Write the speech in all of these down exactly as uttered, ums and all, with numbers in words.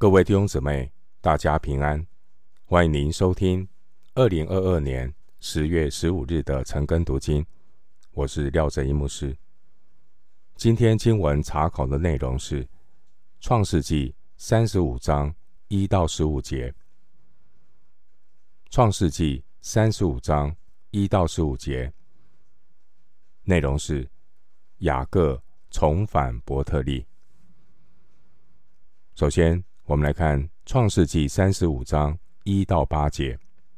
各位弟兄姊妹，大家平安，欢迎您收听二零二二年十月十五日的晨更读经。我是廖正一牧师。今天经文查考的内容是创世纪三十五章一到十五节。创世纪三十五章一到十五节内容是雅各重返伯特利。首先我们来看创世纪三十五章一到八节。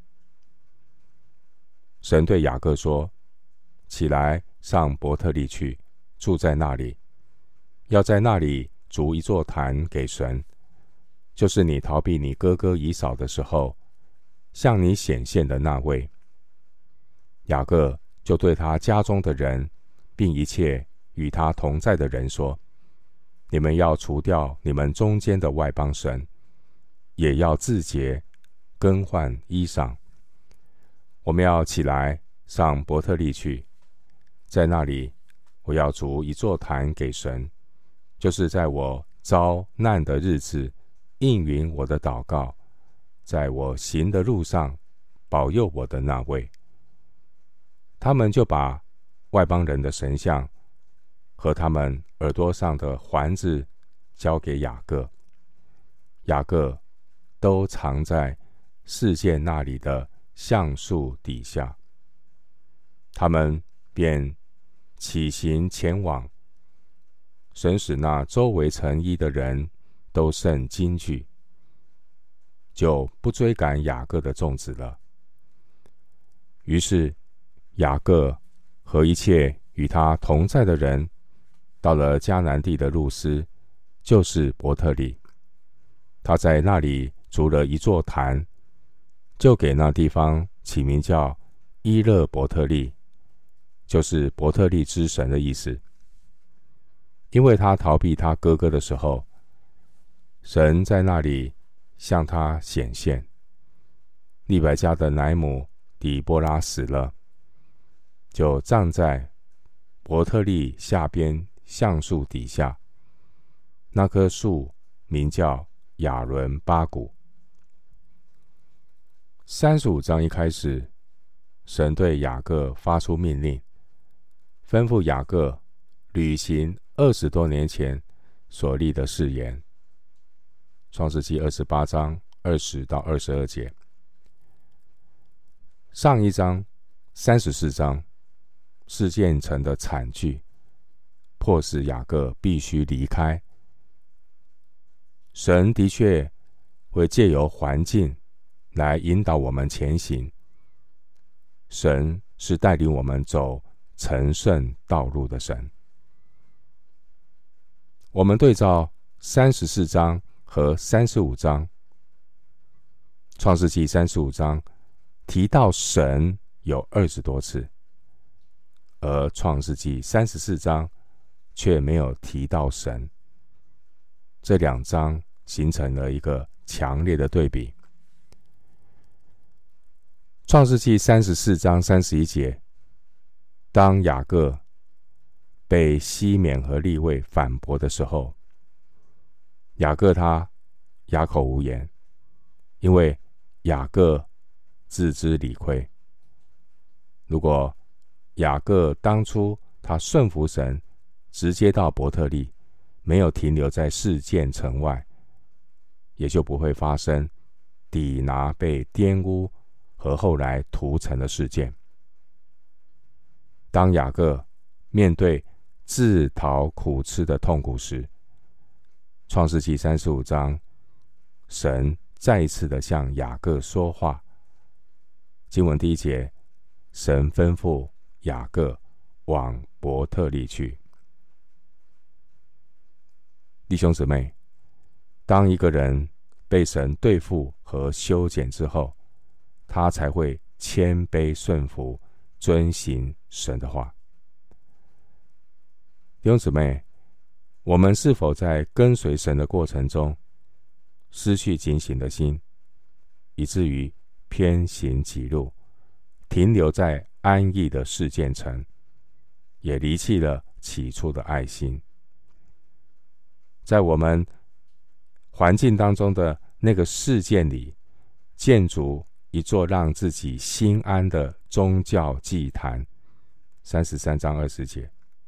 神对雅各说：起来，上伯特利去，住在那里，要在那里筑一座坛给神，就是你逃避你哥哥以扫的时候向你显现的那位。雅各就对他家中的人并一切与他同在的人说：你们要除掉你们中间的外邦神，也要自洁，更换衣裳。我们要起来上伯特利去，在那里我要筑一座坛给神，就是在我遭难的日子应允我的祷告，在我行的路上保佑我的那位。他们就把外邦人的神像和他们耳朵上的环子交给雅各，雅各都藏在示剑那里的橡树底下。他们便起行前往，神使那周围城邑的人都甚惊惧，就不追赶雅各的众子了。于是雅各和一切与他同在的人到了迦南地的路斯，就是伯特利。他在那里筑了一座坛，就给那地方起名叫伊勒伯特利，就是伯特利之神的意思。因为他逃避他哥哥的时候，神在那里向他显现。利百加的奶母底波拉死了，就葬在伯特利下边橡树底下，那棵树名叫亚伦巴谷。三十五章一开始，神对雅各发出命令，吩咐雅各履行二十多年前所立的誓言。创世纪二十八章二十到二十二节。上一章三十四章示剑城的惨剧，迫使雅各必须离开。神的确会借由环境来引导我们前行。神是带领我们走成圣道路的神。我们对照三十四章和三十五章，创世纪三十五章提到神有二十多次，而创世纪三十四章却没有提到神。这两章形成了一个强烈的对比。创世纪三十四章三十一节，当雅各被西缅和利未反驳的时候，雅各他哑口无言，因为雅各自知理亏。如果雅各当初他顺服神，直接到伯特利，没有停留在示剑城外，也就不会发生底拿被玷污和后来屠城的事件。当雅各面对自讨苦吃的痛苦时，创世纪三十五章，神再一次的向雅各说话。经文第一节，神吩咐雅各往伯特利去。弟兄姊妹，当一个人被神对付和修剪之后，他才会谦卑顺服，遵行神的话。弟兄姊妹，我们是否在跟随神的过程中失去警醒的心，以至于偏行己路，停留在安逸的事件城，也离弃了起初的爱心？在我们环境当中的那个事件里，建筑一座让自己心安的宗教祭坛。三十三章二十节，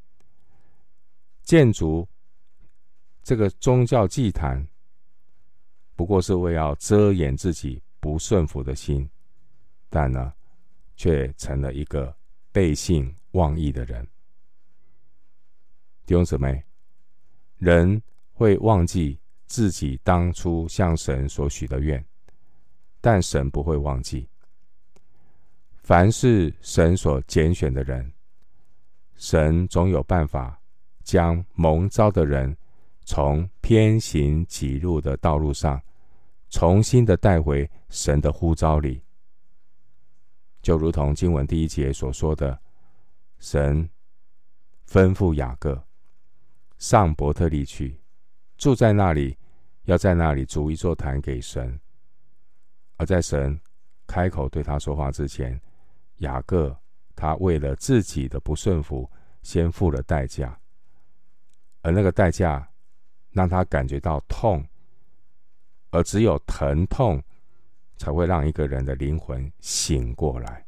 建筑这个宗教祭坛，不过是为要遮掩自己不顺服的心，但呢，却成了一个背信忘义的人。弟兄姊妹，人会忘记自己当初向神所许的愿，但神不会忘记。凡是神所拣选的人，神总有办法将蒙召的人从偏行己路的道路上重新的带回神的呼召里。就如同经文第一节所说的，神吩咐雅各上伯特利去，住在那里，要在那里筑一座坛给神。而在神开口对他说话之前，雅各他为了自己的不顺服，先付了代价，而那个代价让他感觉到痛，而只有疼痛才会让一个人的灵魂醒过来。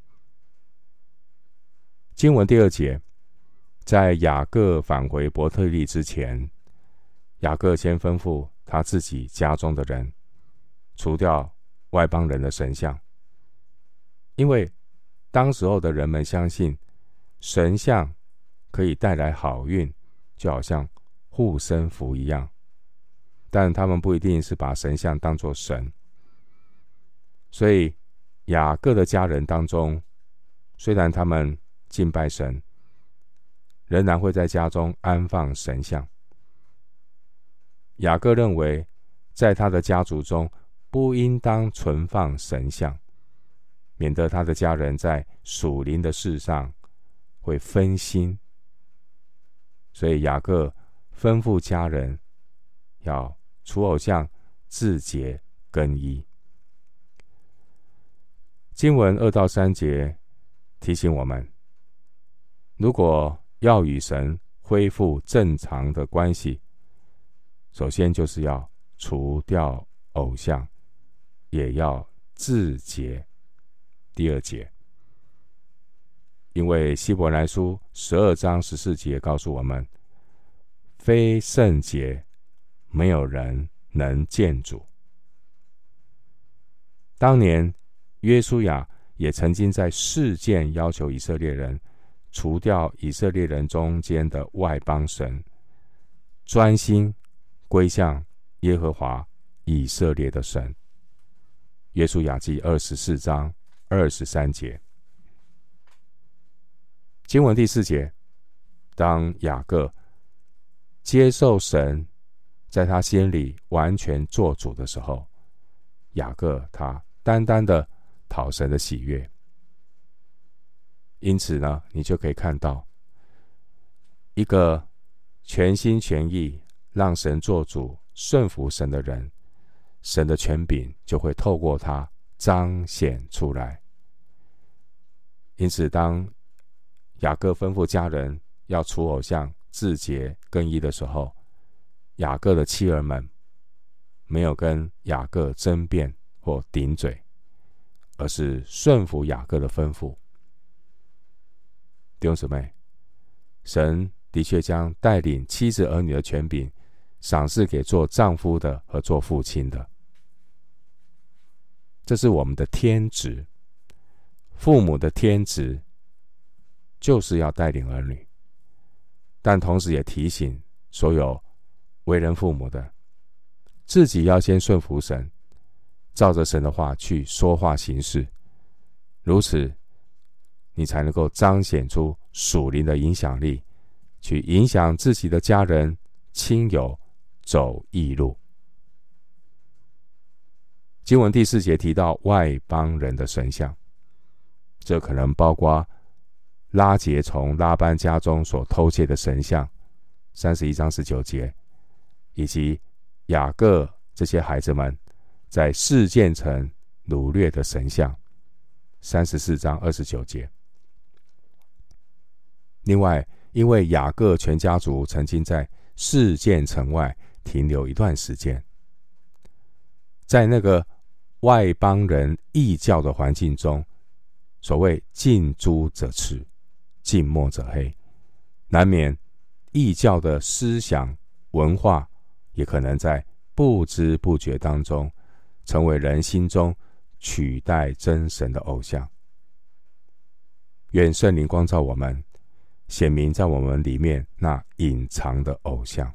经文第二节，在雅各返回伯特利之前，雅各先吩咐他自己家中的人除掉外邦人的神像，因为当时候的人们相信神像可以带来好运，就好像护身符一样，但他们不一定是把神像当作神。所以雅各的家人当中，虽然他们敬拜神，仍然会在家中安放神像。雅各认为在他的家族中不应当存放神像，免得他的家人在属灵的事上会分心。所以雅各吩咐家人要除偶像，自洁更衣。经文二到三节提醒我们，如果要与神恢复正常的关系，首先就是要除掉偶像，也要自洁。第二节，因为希伯来书十二章十四节告诉我们，非圣洁，没有人能见主。当年约书亚也曾经在事件要求以色列人除掉以色列人中间的外邦神，专心归向耶和华以色列的神。约书亚记二十四章二十三节。经文第四节，当雅各接受神在他心里完全做主的时候，雅各他单单的讨神的喜悦。因此呢，你就可以看到一个全心全意让神做主、顺服神的人，神的权柄就会透过他彰显出来。因此当雅各吩咐家人要除偶像、自洁更衣的时候，雅各的妻儿们没有跟雅各争辩或顶嘴，而是顺服雅各的吩咐。弟兄姊妹，神的确将带领妻子儿女的权柄赏赐给做丈夫的和做父亲的，这是我们的天职。父母的天职就是要带领儿女，但同时也提醒所有为人父母的，自己要先顺服神，照着神的话去说话行事，如此你才能够彰显出属灵的影响力，去影响自己的家人、亲友走义路。经文第四节提到外邦人的神像，这可能包括拉结从拉班家中所偷窃的神像，三十一章十九节，以及雅各这些孩子们在示剑城掳掠的神像，三十四章二十九节。另外，因为雅各全家族曾经在示剑城外停留一段时间， 在那个外邦人异教的环境中，所谓近朱者赤，近墨者黑，难免异教的思想文化也可能在不知不觉当中成为人心中取代真神的偶像。愿圣灵光照我们，显明在我们里面那隐藏的偶像。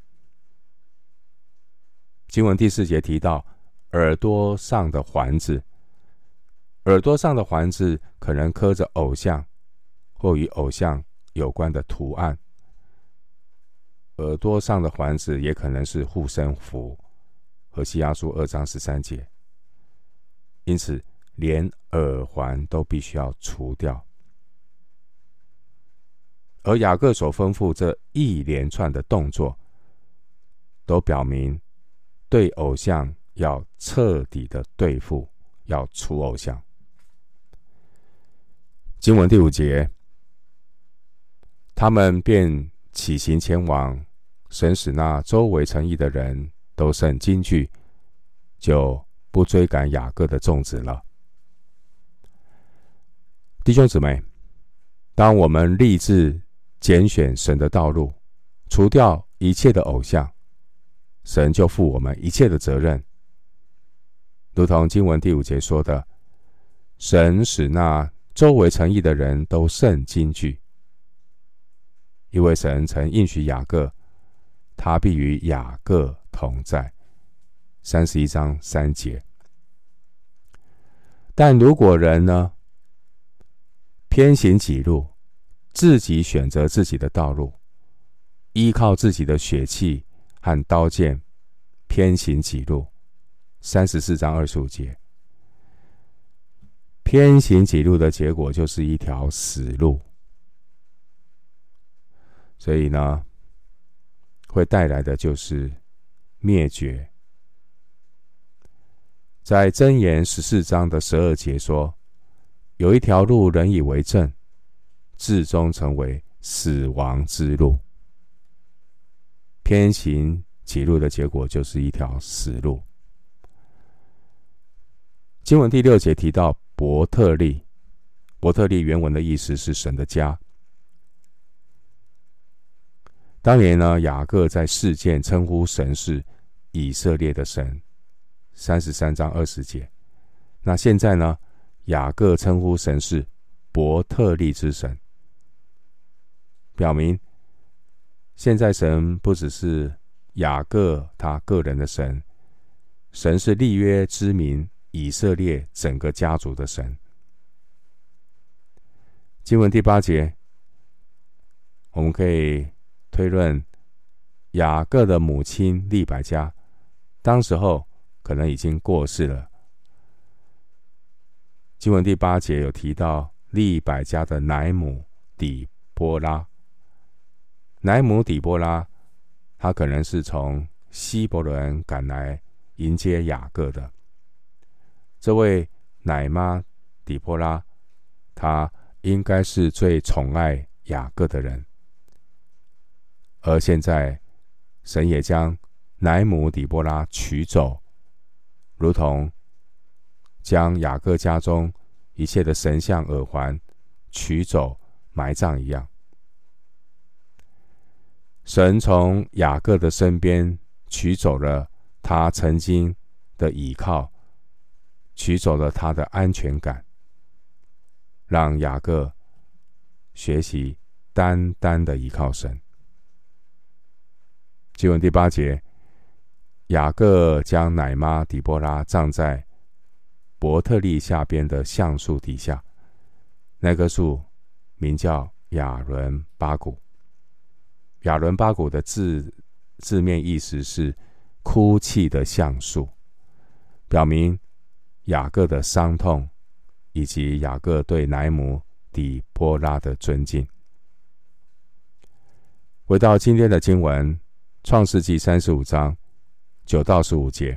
经文第四节提到耳朵上的环子，耳朵上的环子可能刻着偶像或与偶像有关的图案，耳朵上的环子也可能是护身符，何西阿书二章十三节。因此连耳环都必须要除掉。而雅各所吩咐这一连串的动作，都表明对偶像要彻底的对付，要除偶像。经文第五节，他们便起行前往，神使那周围城邑的人都甚惊惧，就不追赶雅各的众子了。弟兄姊妹，当我们立志拣选神的道路，除掉一切的偶像，神就负我们一切的责任。如同经文第五节说的，神使那周围城邑的人都甚惊惧，因为神曾应许雅各，他必与雅各同在。三十一章三节。但如果人呢，偏行己路，自己选择自己的道路，依靠自己的血气和刀剑，偏行己路。三十四章二十五节。偏行己路的结果就是一条死路，所以呢，会带来的就是灭绝。在箴言十四章的十二节说，有一条路人以为正，至终成为死亡之路。偏行己路的结果就是一条死路。经文第六节提到伯特利，伯特利原文的意思是神的家。当年呢，雅各在事件称呼神是以色列的神，三十三章二十节。那现在呢，雅各称呼神是伯特利之神，表明现在神不只是雅各他个人的神，神是立约之民以色列整个家族的神。经文第八节，我们可以推论雅各的母亲利百加当时候可能已经过世了。经文第八节有提到利百加的奶母底波拉，奶母底波拉，她可能是从希伯伦赶来迎接雅各的。这位奶妈底波拉，她应该是最宠爱雅各的人，而现在神也将奶母底波拉取走，如同将雅各家中一切的神像耳环取走埋葬一样。神从雅各的身边取走了他曾经的倚靠，取走了他的安全感，让雅各学习单单的依靠神。经文第八节，雅各将奶妈底波拉葬在伯特利下边的橡树底下，那棵树名叫亚伦巴谷。亚伦巴谷的字字面意思是哭泣的橡树，表明雅各的伤痛以及雅各对奶母底波拉的尊敬。回到今天的经文，创世纪三十五章九到十五节，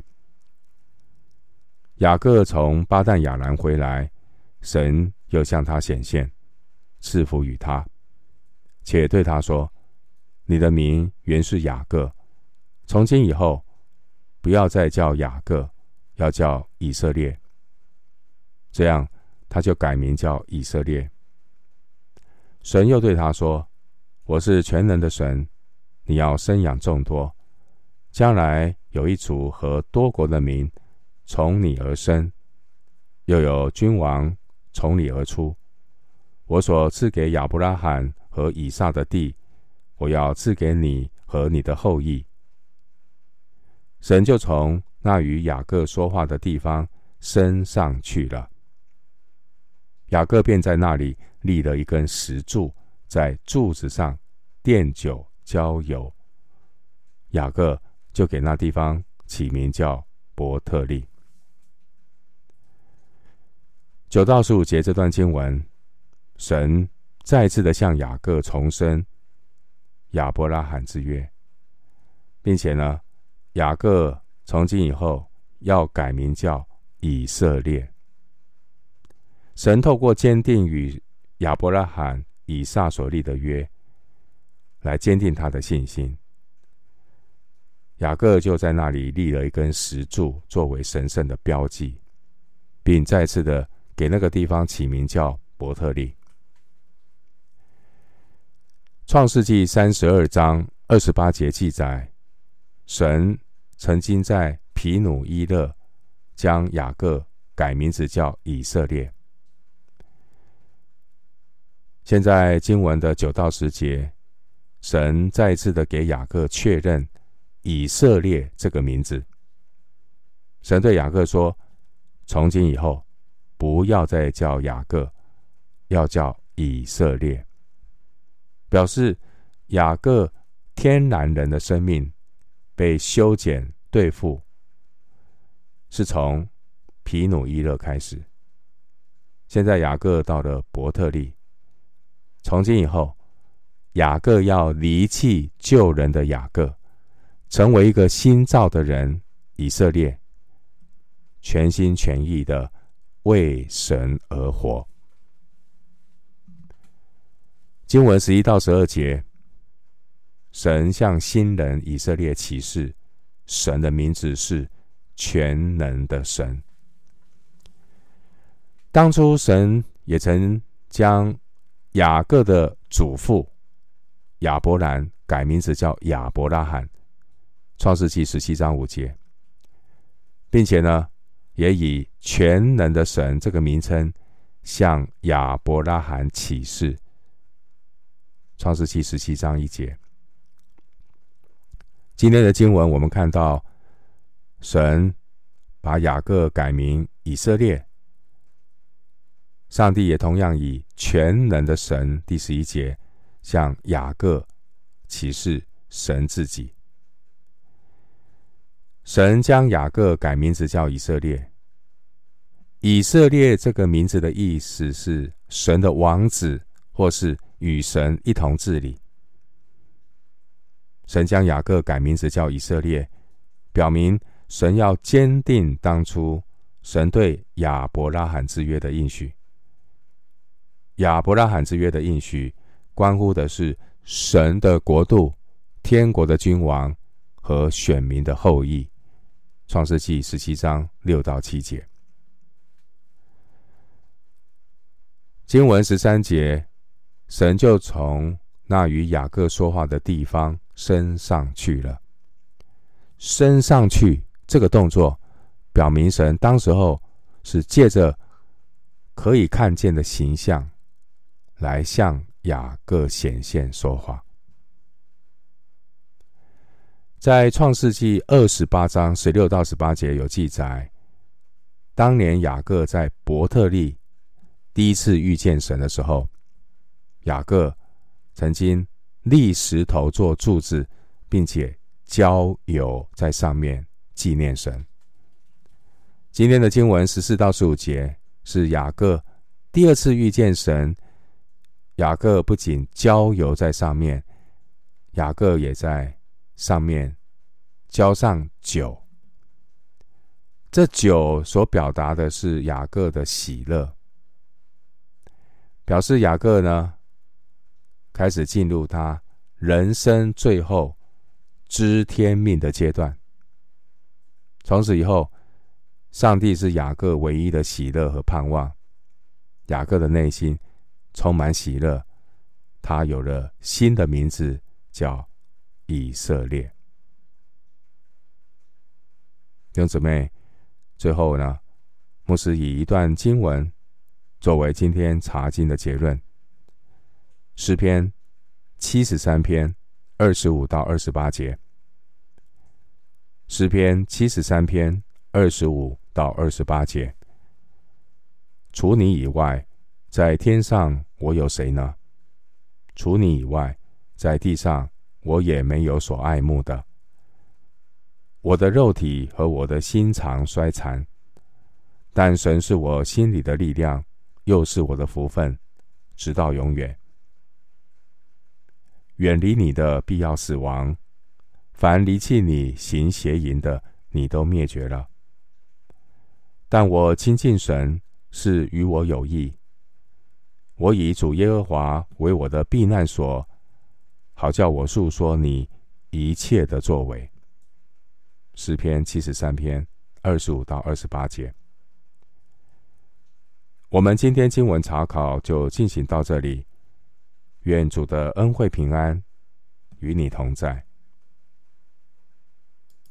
雅各从巴旦亚兰回来，神又向他显现，赐福与他，且对他说：你的名原是雅各，从今以后不要再叫雅各， 要叫以色列，这样他就改名叫以色列。神又对他说：我是全能的神，你要生养众多，将来有一族和多国的民从你而生，又有君王从你而出。我所赐给亚伯拉罕和以撒的地，我要赐给你和你的后裔。神就从那与雅各说话的地方升上去了。雅各便在那里立了一根石柱，在柱子上奠酒浇油。雅各就给那地方起名叫伯特利。九到十五节这段经文，神再次的向雅各重申亚伯拉罕之约，并且呢，雅各从今以后要改名叫以色列。神透过坚定与亚伯拉罕、以撒所立的约，来坚定他的信心。雅各就在那里立了一根石柱，作为神圣的标记，并再次的给那个地方起名叫伯特利。创世纪三十二章二十八节记载，神曾经在皮努伊勒将雅各改名字叫以色列。现在经文的九到十节，神再一次的给雅各确认以色列这个名字。神对雅各说，从今以后不要再叫雅各，要叫以色列，表示雅各天然人的生命被修剪对付，是从皮努伊勒开始。现在雅各到了伯特利，从今以后雅各要离弃旧人的雅各，成为一个新造的人，以色列，全心全意的为神而活。经文十一到十二节，神向新人以色列启示，神的名字是全能的神。当初神也曾将雅各的祖父亚伯兰改名字叫亚伯拉罕，创世纪十七章五节，并且呢，也以全能的神这个名称向亚伯拉罕启示，创世纪十七章一节。今天的经文我们看到，神把雅各改名以色列，上帝也同样以全能的神，第十一节，向雅各启示神自己。神将雅各改名字叫以色列。以色列这个名字的意思是神的王子，或是与神一同治理。神将雅各改名字叫以色列，表明神要坚定当初神对亚伯拉罕之约的应许。亚伯拉罕之约的应许关乎的是神的国度、天国的君王和选民的后裔。创世纪十七章六到七节。经文十三节，神就从那与雅各说话的地方升上去了。升上去这个动作表明神当时候是借着可以看见的形象来向雅各显现说话。在创世纪二十八章十六到十八节有记载，当年雅各在伯特利第一次遇见神的时候，雅各曾经立石头做柱子，并且浇油在上面纪念神。今天的经文十四到十五节是雅各第二次遇见神，雅各不仅浇油在上面，雅各也在上面浇上酒。这酒所表达的是雅各的喜乐，表示雅各呢开始进入他人生最后知天命的阶段。从此以后， 上帝是雅各唯一的喜乐和盼望。雅各的内心充满喜乐，他有了新的名字，叫以色列。弟兄姊妹，最后呢，牧师以一段经文作为今天查经的结论。诗篇七十三篇二十五到二十八节。诗篇七十三篇二十五到二十八节。除你以外，在天上我有谁呢？除你以外，在地上我也没有所爱慕的。我的肉体和我的心肠衰残，但神是我心里的力量，又是我的福分，直到永远。远离你的必要死亡，凡离弃你行邪淫的，你都灭绝了。但我亲近神，是与我有益。我以主耶和华为我的避难所，好叫我述说你一切的作为。诗篇七十三篇二十五到二十八节。我们今天经文查考就进行到这里，愿主的恩惠平安与你同在。